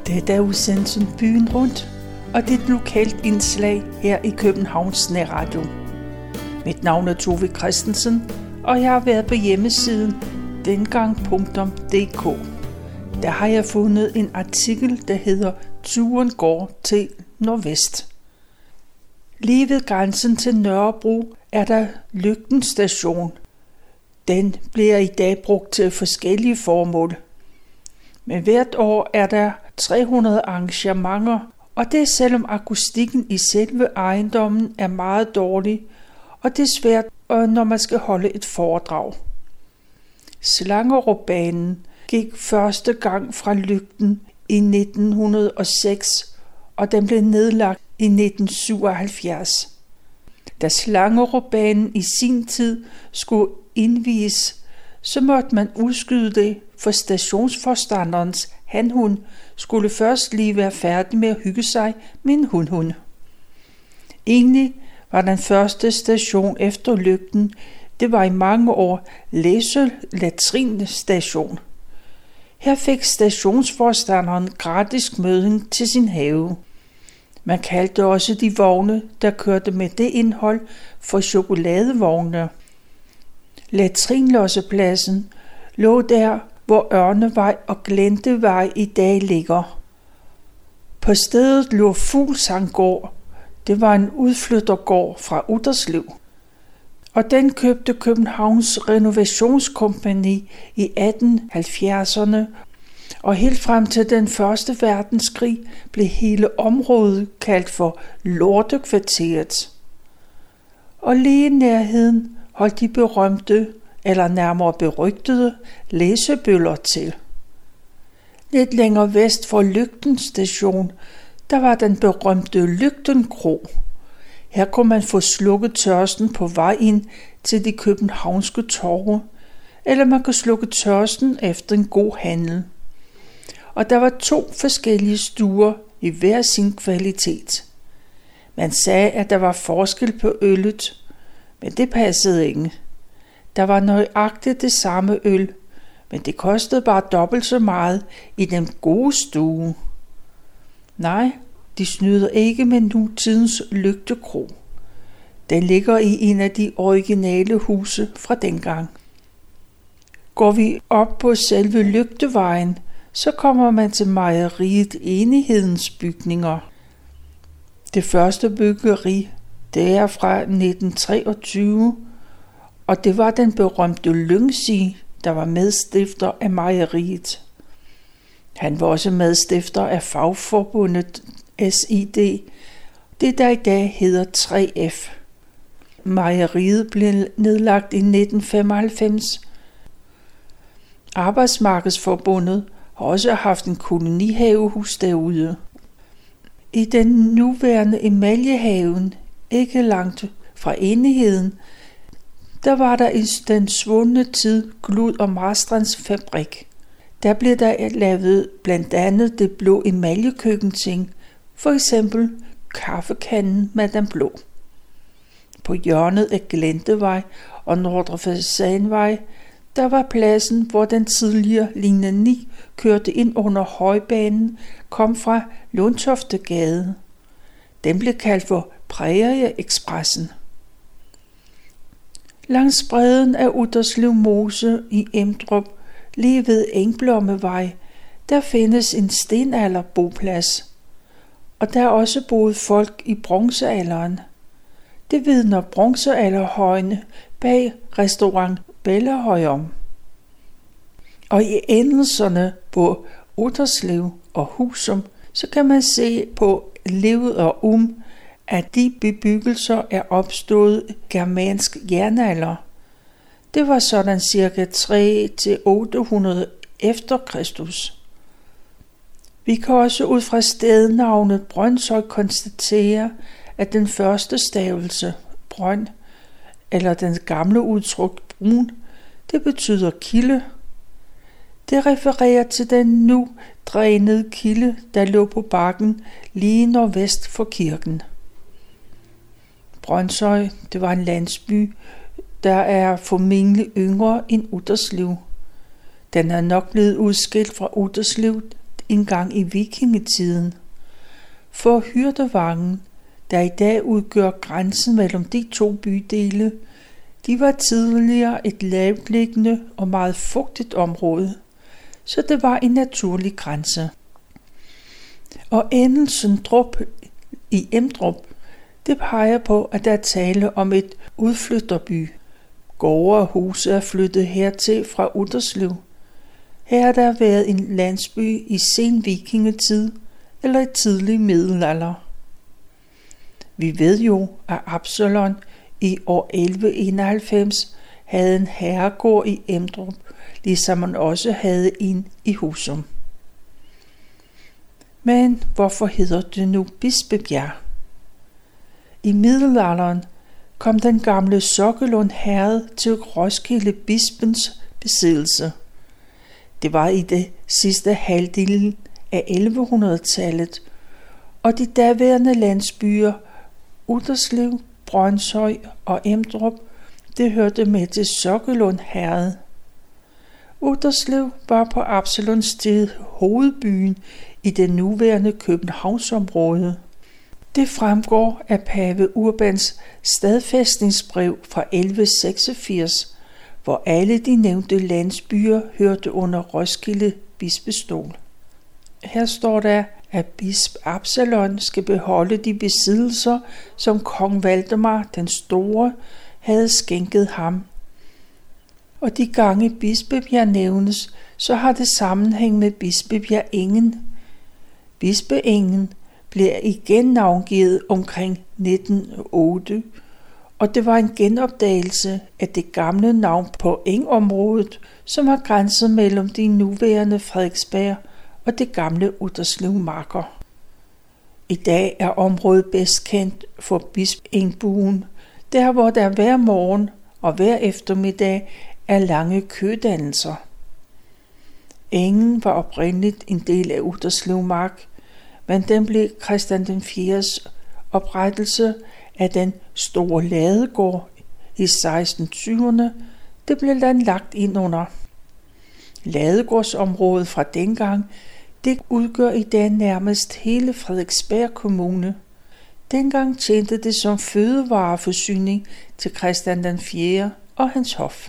Dette er udsendelsen Byen Rundt, og det er et lokalt indslag her i Københavns Nærradio. Mit navn er Tove Christensen, og jeg har været på hjemmesiden dengang.dk. Der har jeg fundet en artikel, der hedder Turen går til nordvest. Lige ved grænsen til Nørrebro er der Lygten Station. Den bliver i dag brugt til forskellige formål. Men hvert år er der 300 arrangementer, og det er selvom akustikken i selve ejendommen er meget dårlig, og det er svært, når man skal holde et foredrag. Slangerupbanen gik første gang fra Lygten i 1906, og den blev nedlagt i 1977. Da Slangerupbanen i sin tid skulle indvies, så måtte man udskyde det, for stationsforstanderens hanhund skulle først lige være færdig med at hygge sig med en hunhund. Egentlig var den første station efter Lygten, det var i mange år Læsø Latrinstation. Her fik stationsforstanderen gratis møding til sin have. Man kaldte også de vogne, der kørte med det indhold, for chokoladevogne. Latrinlossepladsen lå der, hvor Ørnevej og Glentevej i dag ligger. På stedet lå Fuglsanggård. Det var en udflyttergård fra Utterslev. Og den købte Københavns Renovationskompagni i 1870'erne, og helt frem til den første verdenskrig blev hele området kaldt for Lortekvarteret. Og lige i nærheden holdt de berømte, eller nærmere berygtede, læsebøller til. Lidt længere vest for Lygten Station, der var den berømte Lygtenkro. Her kunne man få slukket tørsten på vej ind til de københavnske torve, eller man kunne slukke tørsten efter en god handel. Og der var 2 forskellige stuer i hver sin kvalitet. Man sagde, at der var forskel på øllet, men det passede ikke. Der var nøjagtigt det samme øl, men det kostede bare dobbelt så meget i den gode stue. Nej, de snyder ikke med nutidens Lygtekro. Den ligger i en af de originale huse fra dengang. Går vi op på selve Lygtevejen, så kommer man til mejeriet Enighedens bygninger. Det første byggeri, det er fra 1923, og det var den berømte Lyngsi, der var medstifter af mejeriet. Han var også medstifter af fagforbundet SID, det der i dag hedder 3F. Mejeriet blev nedlagt i 1995. Arbejdsmarkedsforbundet har også haft en kolonihavehus derude. I den nuværende Emaljehaven, ikke langt fra Enigheden, der var der i den svundne tid Glud og Marstrands fabrik. Der blev der lavet blandt andet det blå emaljekøkkenting, for eksempel kaffekanden Madame Blå. På hjørnet af Glentevej og Nordre Fasanvej, der var pladsen, hvor den tidligere linje 9 kørte ind under højbanen, kom fra Lundtoftegade. Den blev kaldt for Prærieekspressen. Langs bredden af Utterslev Mose i Emdrup, lige ved Engblomvej, der findes en stenalderboplads. Og der er også boet folk i bronzealderen. Det vidner bronzealderhøjene bag restaurant Bellahøj om. Og i endelserne på Utterslev og Husum, så kan man se på levet og at de bebyggelser er opstået germansk jernalder. Det var sådan cirka 300-800 efter Kristus. Vi kan også ud fra stednavnet Brønshøj konstatere, at den første stavelse, brøn, eller den gamle udtryk brun, det betyder kilde. Det refererer til den nu drænede kilde, der lå på bakken lige nordvest for kirken. Brønshøj, det var en landsby, der er formentlig yngre end Utterslev. Den er nok blevet udskilt fra Utterslev engang i vikingetiden. For Hyrdevangen, der i dag udgør grænsen mellem de to bydele, de var tidligere et lavtliggende og meget fugtigt område, så det var en naturlig grænse. Og endelsen Drup i Emdrup, det peger på, at der er tale om et udflytterby. Gårde og huse er flyttet hertil fra Utterslev. Her har der været en landsby i sen vikingetid eller i tidlig middelalder. Vi ved jo, at Absalon i år 1191 havde en herregård i Emdrup, ligesom man også havde en i Husum. Men hvorfor hedder det nu Bispebjerg? I middelalderen kom den gamle Sokkelund Herred til Roskilde Bispens besiddelse. Det var i det sidste halvdel af 1100-tallet, og de daværende landsbyer Utterslev, Brønshøj og Emdrup, det hørte med til Sokkelund Herred. Utterslev var på Absalons tid hovedbyen i det nuværende Københavnsområde. Det fremgår af pave Urbans stadfæstningsbrev fra 1186, hvor alle de nævnte landsbyer hørte under Roskilde bispestol. Her står der, at bisp Absalon skal beholde de besiddelser, som kong Valdemar den Store havde skænket ham. Og de gange Bispebjerg nævnes, så har det sammenhæng med Bispebjerg Engen. Bispeengen bliver igen navngivet omkring 1908, og det var en genopdagelse af det gamle navn på engområdet, som har grænset mellem de nuværende Frederiksberg og det gamle Utterslev marker. I dag er området bedst kendt for Bispengbuen, der hvor der hver morgen og hver eftermiddag er lange kødannelser. Engen var oprindeligt en del af Utterslev mark, men den blev Christian den 4's oprettelse af den store ladegård i 1620'erne, det blev den lagt ind under. Ladegårdsområdet fra dengang, det udgør i dag nærmest hele Frederiksberg Kommune. Dengang tjente det som fødevareforsyning til Christian den 4. og hans hof.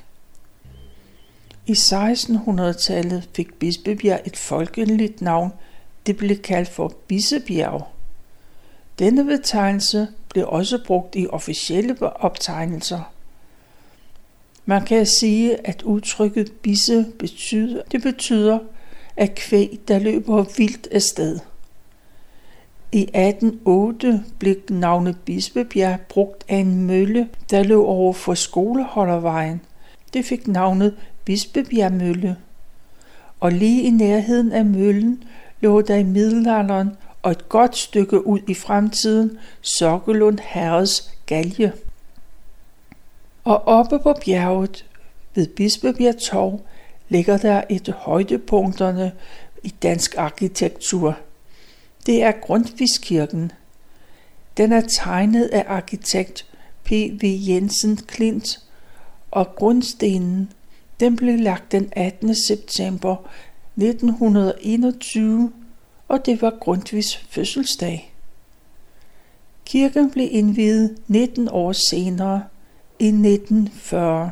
I 1600-tallet fik Bispebjerg et folkeligt navn. Det blev kaldt for Bissebjerg. Denne betegnelse blev også brugt i officielle optegnelser. Man kan sige, at udtrykket bisse betyder at kvæg, der løber vildt afsted. I 1808 blev navnet Bispebjerg brugt af en mølle, der lå over for Skoleholdervejen. Det fik navnet Bispebjergmølle. Og lige i nærheden af møllen lå der i middelalderen og et godt stykke ud i fremtiden Sokkelund Herreds galge. Og oppe på bjerget ved Bispebjerg Torv ligger der et højdepunkterne i dansk arkitektur. Det er Grundtvigskirken. Den er tegnet af arkitekt P.V. Jensen Klint, og grundstenen den blev lagt den 18. september 1921, og det var Grundtvigs fødselsdag. Kirken blev indviet 19 år senere, i 1940.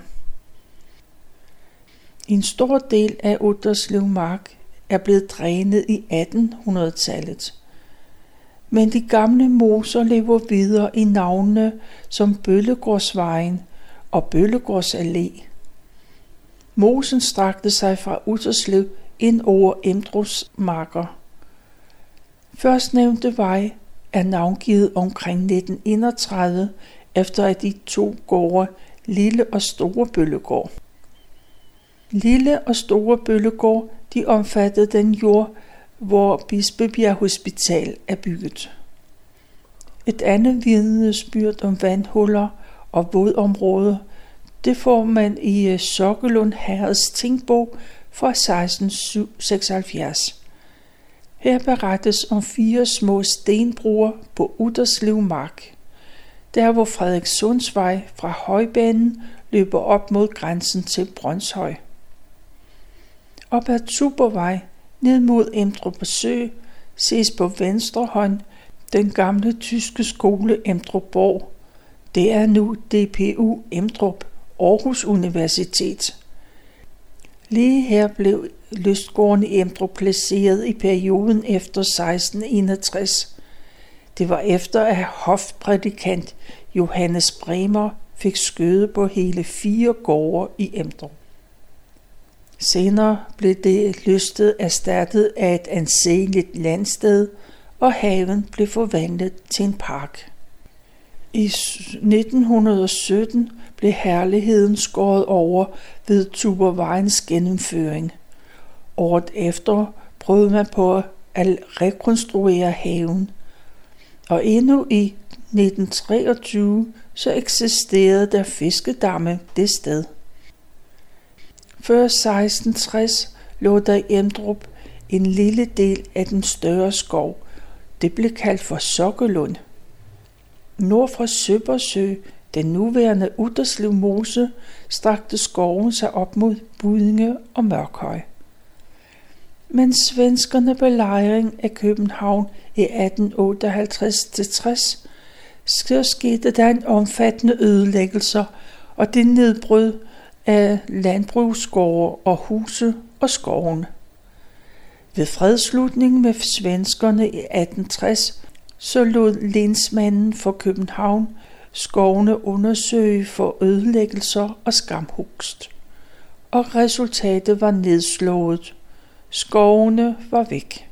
En stor del af Utterslev mark er blevet drænet i 1800-tallet. Men de gamle moser lever videre i navnene som Bøllegårdsvejen og Bøllegårds Allé. Mosen strakte sig fra Utterslev ind over Emdrups marker. Førstnævnte vej er navngivet omkring 1931 efter at de to gårde Lille og Store Bøllegård. Lille og Store Bøllegård, de omfattede den jord, hvor Bispebjerg Hospital er bygget. Et andet vidnesbyrd om vandhuller og vådområder, det får man i Sokkelund Herreds tingbog fra 1676. Her berettes om 4 små stenbroer på Utterslev mark, der hvor Frederikssundsvej fra Højbanen løber op mod grænsen til Brønshøj. Op ad Tuborgvej Ned mod Emdrup Sø ses på venstre hånd den gamle tyske skole Emdrupborg. Det er nu DPU Emdrup, Aarhus Universitet. Lige her blev lystgården i Emdrup placeret i perioden efter 1661. Det var efter at hofprædikant Johannes Bremer fik skøde på hele 4 gårde i Emdrup. Senere blev det lysted erstattet af et anseeligt landsted, og haven blev forvandlet til en park. I 1917 blev herligheden skåret over ved Tuborgvejens gennemføring. Året efter prøvede man på at rekonstruere haven, og endnu i 1923 så eksisterede der fiskedamme det sted. Før 1660 lå der i Emdrup en lille del af den større skov. Det blev kaldt for Sokkelund. Nord for Søbersø, den nuværende Utterslev Mose, strakte skoven sig op mod Buddinge og Mørkhøj. Men svenskerne belejring af København i 1858-60, så skete der en omfattende ødelæggelser, og det nedbrød af landbrugsgårde og huse og skoven. Ved fredsslutningen med svenskerne i 1860, så lod lensmanden for København skovene undersøge for ødelæggelser og skamhugst. Og resultatet var nedslået. Skovene var væk.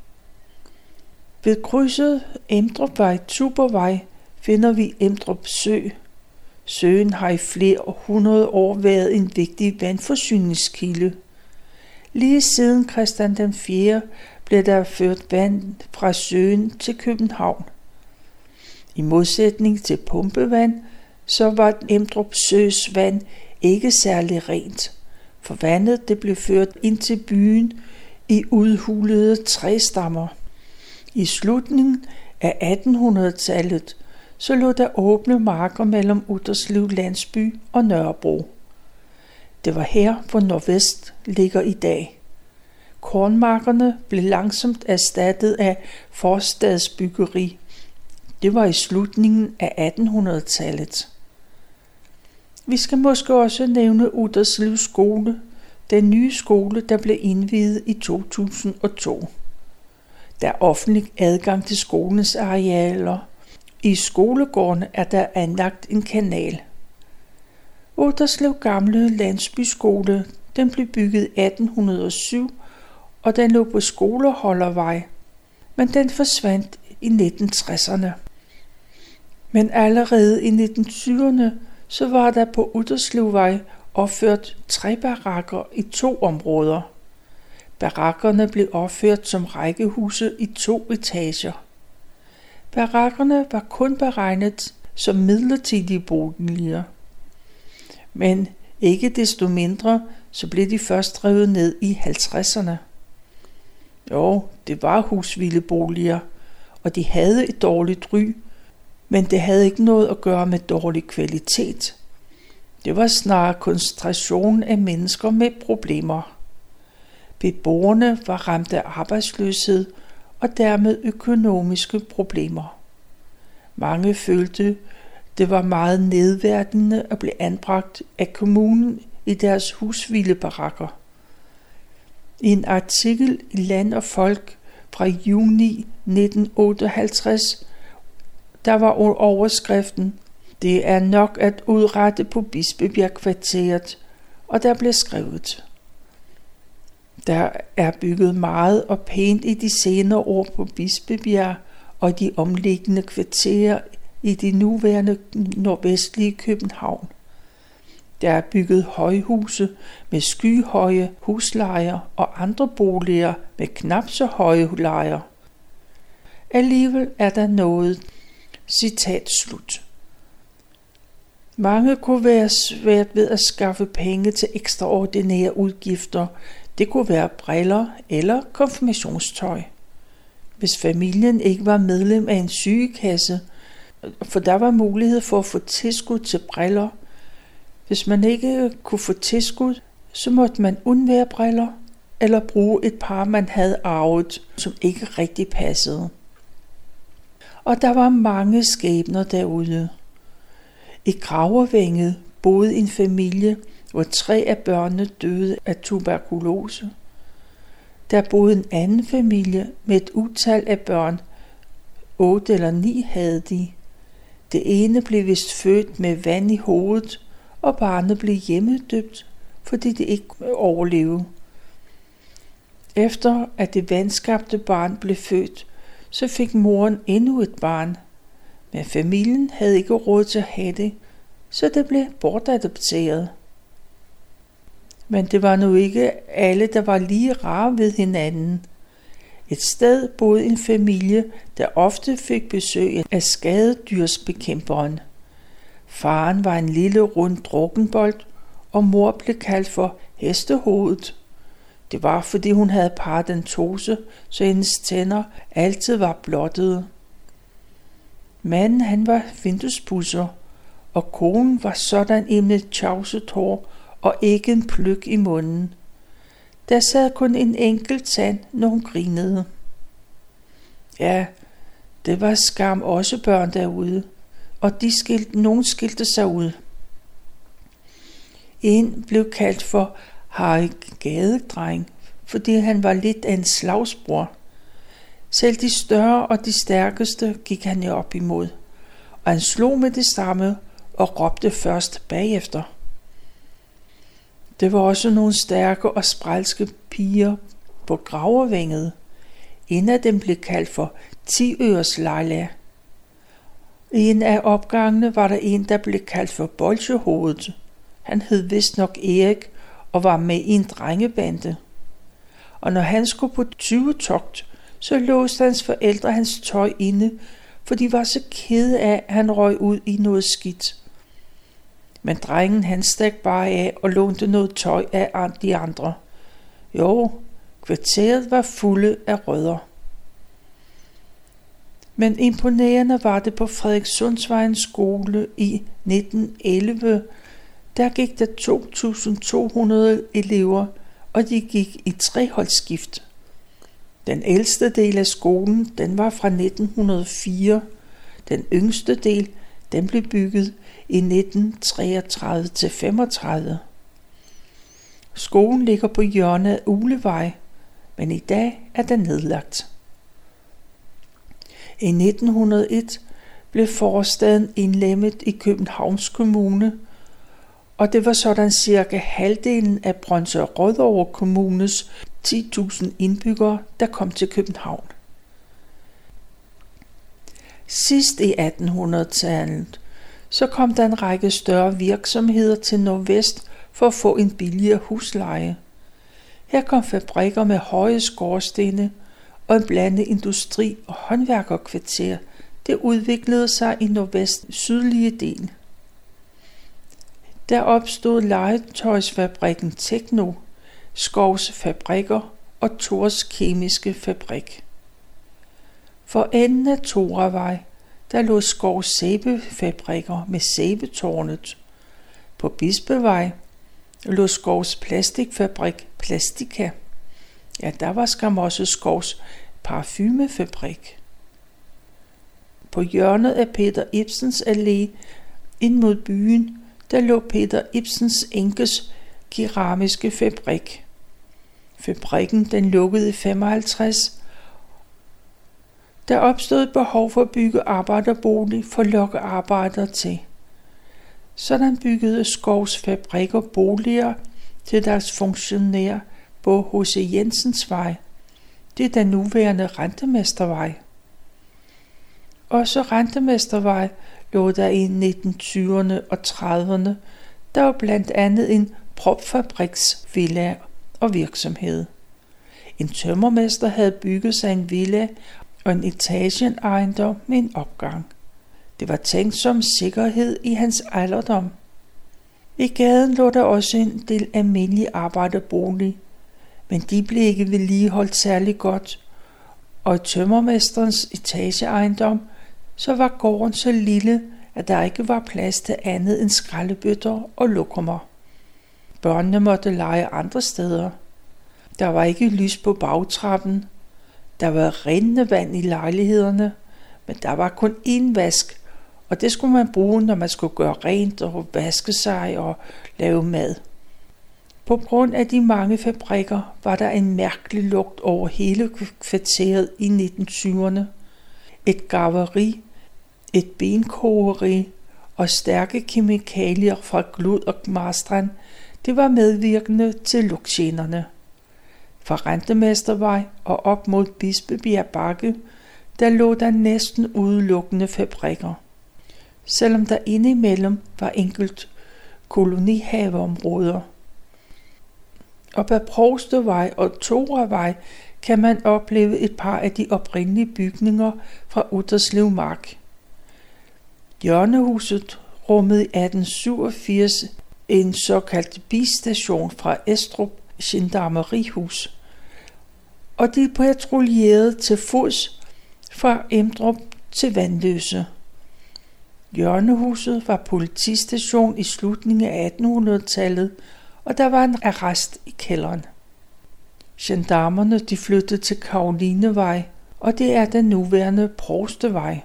Ved krydset Emdrupvej-Tuborgvej finder vi Emdrup Sø. Søen har i flere hundrede år været en vigtig vandforsyningskilde. Lige siden Christian den 4. blev der ført vand fra søen til København. I modsætning til pumpevand, så var Emdrup Søs vand ikke særlig rent, for vandet det blev ført ind til byen i udhulede træstammer. I slutningen af 1800-tallet så lå der åbne marker mellem Utterslev landsby og Nørrebro. Det var her, hvor Nordvest ligger i dag. Kornmarkerne blev langsomt erstattet af forstadsbyggeri. Det var i slutningen af 1800-tallet. Vi skal måske også nævne Utterslev skole, den nye skole, der blev indviet i 2002. Der er offentlig adgang til skolens arealer. I skolegården er der anlagt en kanal. Utterslev gamle landsbyskole, den blev bygget i 1807, og den lå på Skoleholdervej, men den forsvandt i 1960'erne. Men allerede i 1920'erne, så var der på Utterslevvej opført 3 barakker i 2 områder. Barakkerne blev opført som rækkehuse i 2 etager. Barakkerne var kun beregnet som midlertidige boliger. Men ikke desto mindre, så blev de først revet ned i 50'erne. Jo, det var husvildeboliger, og de havde et dårligt ry, men det havde ikke noget at gøre med dårlig kvalitet. Det var snarere koncentration af mennesker med problemer. Beboerne var ramt af arbejdsløshed og dermed økonomiske problemer. Mange følte, det var meget nedværdigende at blive anbragt af kommunen i deres husvildebarakker. I en artikel i Land og Folk fra juni 1958, der var overskriften: "Det er nok at udrette på Bispebjergkvarteret", og der blev skrevet: "Der er bygget meget og pænt i de senere år på Bispebjerg og de omliggende kvarterer i det nuværende nordvestlige København. Der er bygget højhuse med skyhøje huslejer og andre boliger med knap så høje lejer. Alligevel er der noget." Citat slut. Mange kunne være svært ved at skaffe penge til ekstraordinære udgifter. Det kunne være briller eller konfirmationstøj. Hvis familien ikke var medlem af en sygekasse, for der var mulighed for at få tilskud til briller. Hvis man ikke kunne få tilskud, så måtte man undvære briller eller bruge et par, man havde arvet, som ikke rigtig passede. Og der var mange skæbner derude. I Gravervænget boede en familie, hvor 3 af børnene døde af tuberkulose. Der boede en anden familie med et utal af børn. 8 eller 9 havde de. Det ene blev vist født med vand i hovedet, og barnet blev hjemmedøbt, fordi det ikke overlevede. Efter at det vandskabte barn blev født, så fik moren endnu et barn. Men familien havde ikke råd til at have det, så det blev bortadopteret. Men det var nu ikke alle, der var lige rare ved hinanden. Et sted boede en familie, der ofte fik besøg af skadedyrsbekæmperen. Faren var en lille rund drukkenbold, og mor blev kaldt for hestehovedet. Det var, fordi hun havde paradentose, så hendes tænder altid var blottede. Manden han var vinduespudser, og konen var sådan en med tjavset hår og ikke en pløk i munden. Der sad kun en enkelt tand, når hun grinede. Ja, det var skam også børn derude, og nogen skilte sig ud. En blev kaldt for Harry Gadedreng, fordi han var lidt af en slagsbror. Selv de større og de stærkeste gik han jo op imod, og han slog med det samme og råbte først bagefter. Det var også nogle stærke og sprælske piger på Gravervænget. En af dem blev kaldt for 10-øres Leila. I en af opgangene var der en, der blev kaldt for Bolsjehovedet. Han hed vist nok Erik og var med i en drengebande. Og når han skulle på 20-togt, så låste hans forældre hans tøj inde, for de var så kede af, at han røg ud i noget skidt. Men drengen han stak bare af og lånte noget tøj af de andre. Jo, kvarteret var fulde af rødder. Men imponerende var det på Frederikssundsvejens skole i 1911. Der gik der 2.200 elever, og de gik i 3-holdsskift. Den ældste del af skolen, den var fra 1904. Den yngste del, den blev bygget i 1933-35. Skolen ligger på hjørnet af Uglevej, men i dag er den nedlagt. I 1901 blev forstaden indlemmet i Københavns Kommune, og det var sådan cirka halvdelen af Brønshøj-Rødovre Kommunes 10.000 indbyggere, der kom til København. Sidst i 1800-tallet, så kom der en række større virksomheder til Nordvest for at få en billigere husleje. Her kom fabrikker med høje skorstene og en blandet industri- og håndværkerkvarter. Det udviklede sig i Nordvests sydlige del. Der opstod legetøjsfabrikken Tekno, Skovs fabrikker og Thors kemiske fabrik. For enden af Thoravej, der lå Skovs sæbefabrikker med sæbetårnet. På Bispevej lå Skovs plastikfabrik Plastika. Ja, der var skam også Skovs parfumefabrik. På hjørnet af Peter Ibsens Allé ind mod byen, der lå Peter Ibsens enkes keramiske fabrik. Fabrikken den lukkede i 55. Der opstod et behov for at bygge arbejderbolig for at lokke arbejdere til. Sådan byggede Skovs fabrikker boliger til deres funktionærer på H.C. Jensens Vej. Det er den nuværende Rentemestervej. Også Rentemestervej lå der i 1920'erne og 30'erne. Der var blandt andet en propfabriksvilla og virksomhed. En tømmermester havde bygget sig en villa og en etageejendom med en opgang. Det var tænkt som sikkerhed i hans alderdom. I gaden lå der også en del almindelig arbejderbolig, men de blev ikke vedligeholdt særlig godt, og i tømmermesterens etageejendom så var gården så lille, at der ikke var plads til andet end skraldebøtter og lokummer. Børnene måtte lege andre steder. Der var ikke lys på bagtrappen. Der var rindende vand i lejlighederne, men der var kun én vask, og det skulle man bruge, når man skulle gøre rent og vaske sig og lave mad. På grund af de mange fabrikker var der en mærkelig lugt over hele kvarteret i 1920'erne. Et garveri, et benkogeri og stærke kemikalier fra Glud og Marstrand, det var medvirkende til lugtgenerne. Fra Rentemestervej og op mod Bispebjerg Bakke, der lå der næsten udelukkende fabrikker. Selvom der indimellem var enkelt kolonihaveområder. Op ad Provstevej og Toravej kan man opleve et par af de oprindelige bygninger fra Utterslev Mark. Hjørnehuset rummede i 1887 en såkaldt bistation fra Estrup Gendarmerihus, og de patruljerede til fods fra Emdrup til Vandløse. Hjørnehuset var politistation i slutningen af 1800-tallet, og der var en arrest i kælderen. Gendarmerne de flyttede til Karolinevej, og det er den nuværende Provstevej.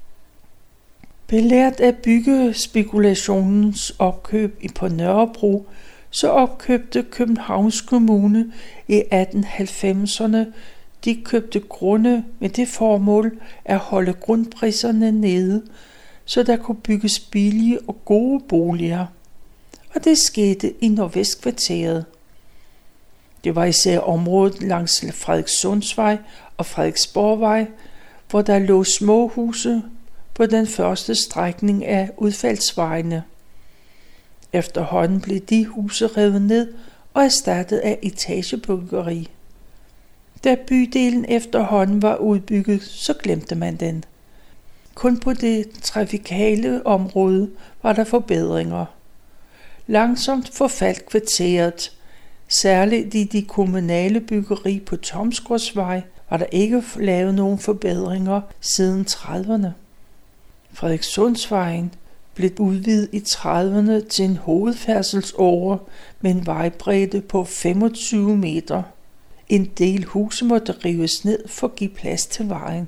Belært af byggespekulationens opkøb på Nørrebro, så opkøbte Københavns Kommune i 1890'erne. De købte grunde med det formål at holde grundpriserne nede, så der kunne bygges billige og gode boliger. Og det skete i Nordvestkvarteret. Det var især området langs Frederikssundsvej og Frederiksborgvej, hvor der lå små huse på den første strækning af udfaldsvejene. Efterhånden blev de huse revet ned og erstattet af etagebyggeri. Da bydelen efterhånden var udbygget, så glemte man den. Kun på det trafikale område var der forbedringer. Langsomt forfaldt kvarteret. Særligt i de kommunale byggeri på Tomsgårdsvej var der ikke lavet nogen forbedringer siden 30'erne. Frederikssundsvejen blev udvidet i 30'erne til en hovedfærdselsåre med en vejbredde på 25 meter. En del huse måtte rives ned for at give plads til vejen.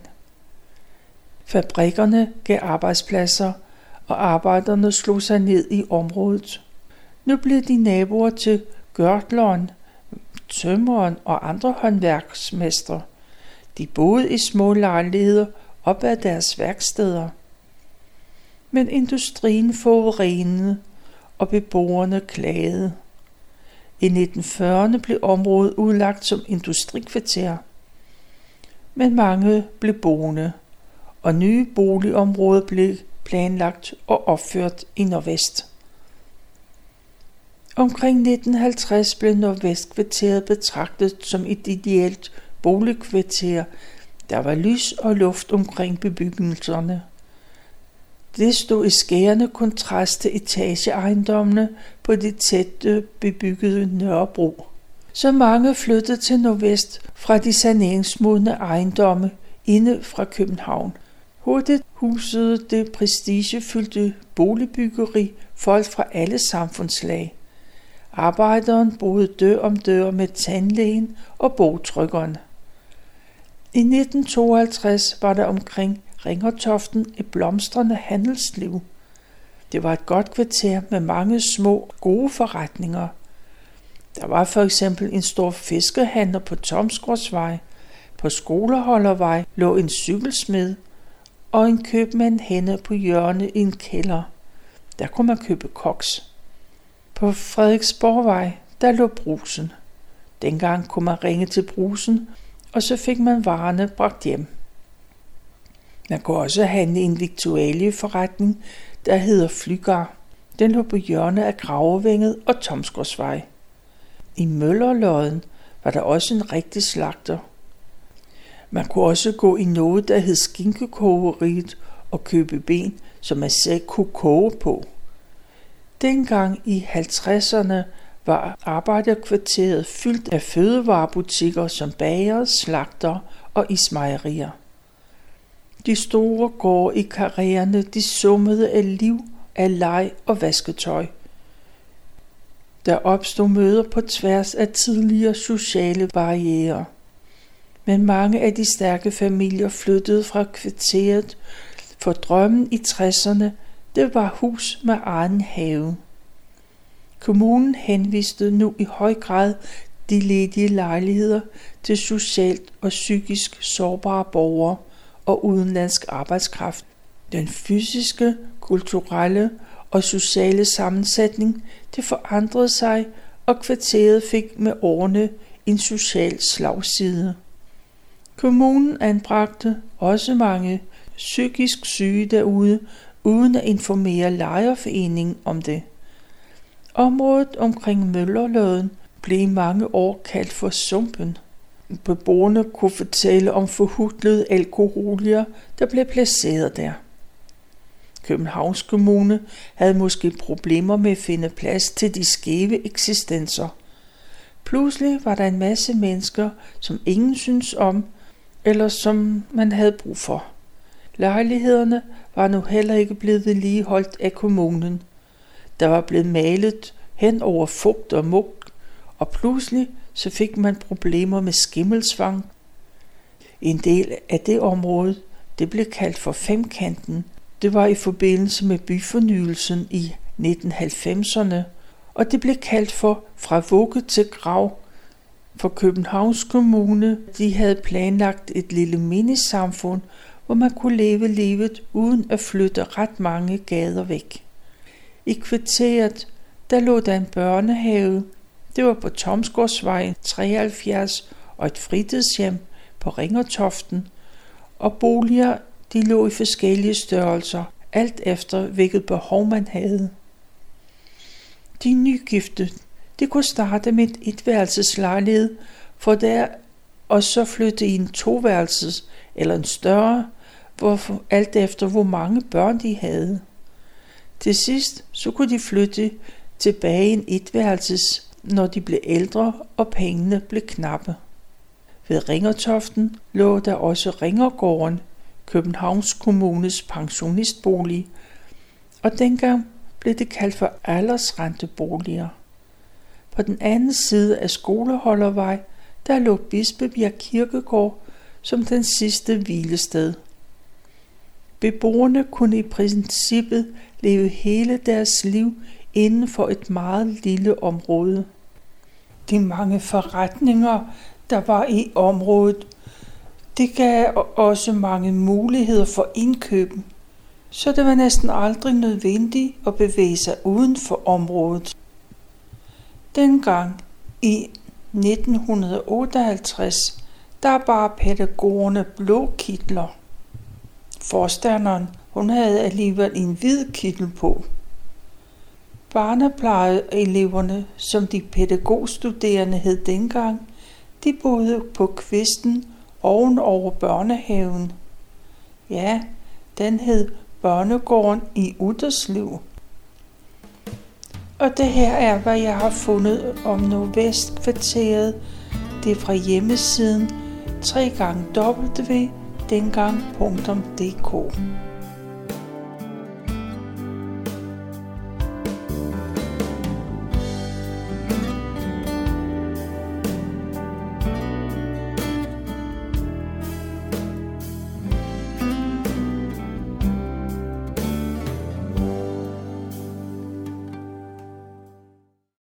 Fabrikkerne gav arbejdspladser, og arbejderne slog sig ned i området. Nu blev de naboer til gørtleren, tømreren og andre håndværksmestre. De boede i små lejligheder op ad deres værksteder. Men industrien forurenede, og beboerne klagede. I 1940'erne blev området udlagt som industrikvarter. Men mange blev boende, og nye boligområder blev planlagt og opført i Nordvest. Omkring 1950 blev Nordvestkvarteret betragtet som et ideelt boligkvarter. Der var lys og luft omkring bebyggelserne. Det stod i skærende kontrast til etageejendommene på det tætte bebyggede Nørrebro. Så mange flyttede til Nordvest fra de saneringsmodne ejendomme inde fra København. Hurtigt husede det prestigefyldte boligbyggeri folk fra alle samfundslag. Arbejderen boede dør om dør med tandlægen og bogtrykkeren. I 1952 var der omkring Ringertoften et blomstrende handelsliv. Det var et godt kvarter med mange små, gode forretninger. Der var for eksempel en stor fiskehandler på Tomsgårdsvej. På Skoleholdervej lå en cykelsmed og en købmand henne på hjørnet i en kælder. Der kunne man købe koks. På Frederiksborgvej, der lå Brugsen. Dengang kunne man ringe til Brugsen, og så fik man varerne bragt hjem. Man kunne også handle en viktualieforretning, der hedder Flygar. Den lå på hjørnet af Gravevænget og Tomsgårdsvej. I Møllerlodden var der også en rigtig slagter. Man kunne også gå i noget, der hed Skinkekogeriet og købe ben, som man selv kunne koge på. Dengang i 50'erne var arbejderkvarteret fyldt af fødevarebutikker som bager, slagter og ismejerier. De store gårde i karriererne, de summede af liv, af leg og vasketøj. Der opstod møder på tværs af tidligere sociale barrierer. Men mange af de stærke familier flyttede fra kvarteret, for drømmen i 60'erne, det var hus med egen have. Kommunen henviste nu i høj grad de ledige lejligheder til socialt og psykisk sårbare borgere og udenlandsk arbejdskraft. Den fysiske, kulturelle og sociale sammensætning, det forandrede sig, og kvarteret fik med årene en social slagside. Kommunen anbragte også mange psykisk syge derude, uden at informere lejerforeningen om det. Området omkring Møllerløden blev i mange år kaldt for Sumpen. Beboerne kunne fortælle om forhudlede alkoholier, der blev placeret der. Københavns Kommune havde måske problemer med at finde plads til de skæve eksistenser. Pludselig var der en masse mennesker, som ingen syntes om, eller som man havde brug for. Lejlighederne var nu heller ikke blevet vedligeholdt af kommunen. Der var blevet malet hen over fugt og mug, og pludselig så fik man problemer med skimmelsvang. En del af det område, det blev kaldt for Femkanten. Det var i forbindelse med byfornyelsen i 1990'erne, og det blev kaldt for Fra vugge til grav. For Københavns Kommune, de havde planlagt et lille minisamfund, hvor man kunne leve livet uden at flytte ret mange gader væk. I kvarteret, der lå der en børnehave. Det var på Tomsgårdsvej 73 og et fritidshjem på Ringertoften, og boliger, de lå i forskellige størrelser, alt efter hvilket behov man havde. De nygifte, de kunne starte med et etværelseslejlighed, for der og så flytte i en toværelses eller en større, alt efter hvor mange børn de havde. Til sidst så kunne de flytte tilbage i en etværelses, når de blev ældre og pengene blev knappe. Ved Ringertoften lå der også Ringergården, Københavns Kommunes pensionistbolig, og dengang blev det kaldt for aldersrenteboliger. På den anden side af Skoleholdervej, der lå Bispebjerg Kirkegård som den sidste hvilested. Beboerne kunne i princippet leve hele deres liv inden for et meget lille område. De mange forretninger, der var i området, det gav også mange muligheder for indkøb, så det var næsten aldrig nødvendigt at bevæge sig uden for området. Dengang i 1958, der bar pædagogerne blå kitler. Forstanderen, hun havde alligevel en hvid kittel på. Barneplejeeleverne, som de pædagogstuderende hed dengang, de boede på kvisten oven over børnehaven. Ja, den hed Børnegården i Utterslev. Og det her er, hvad jeg har fundet om Nordvestkvarteret. Det er fra hjemmesiden www.dengang.dk.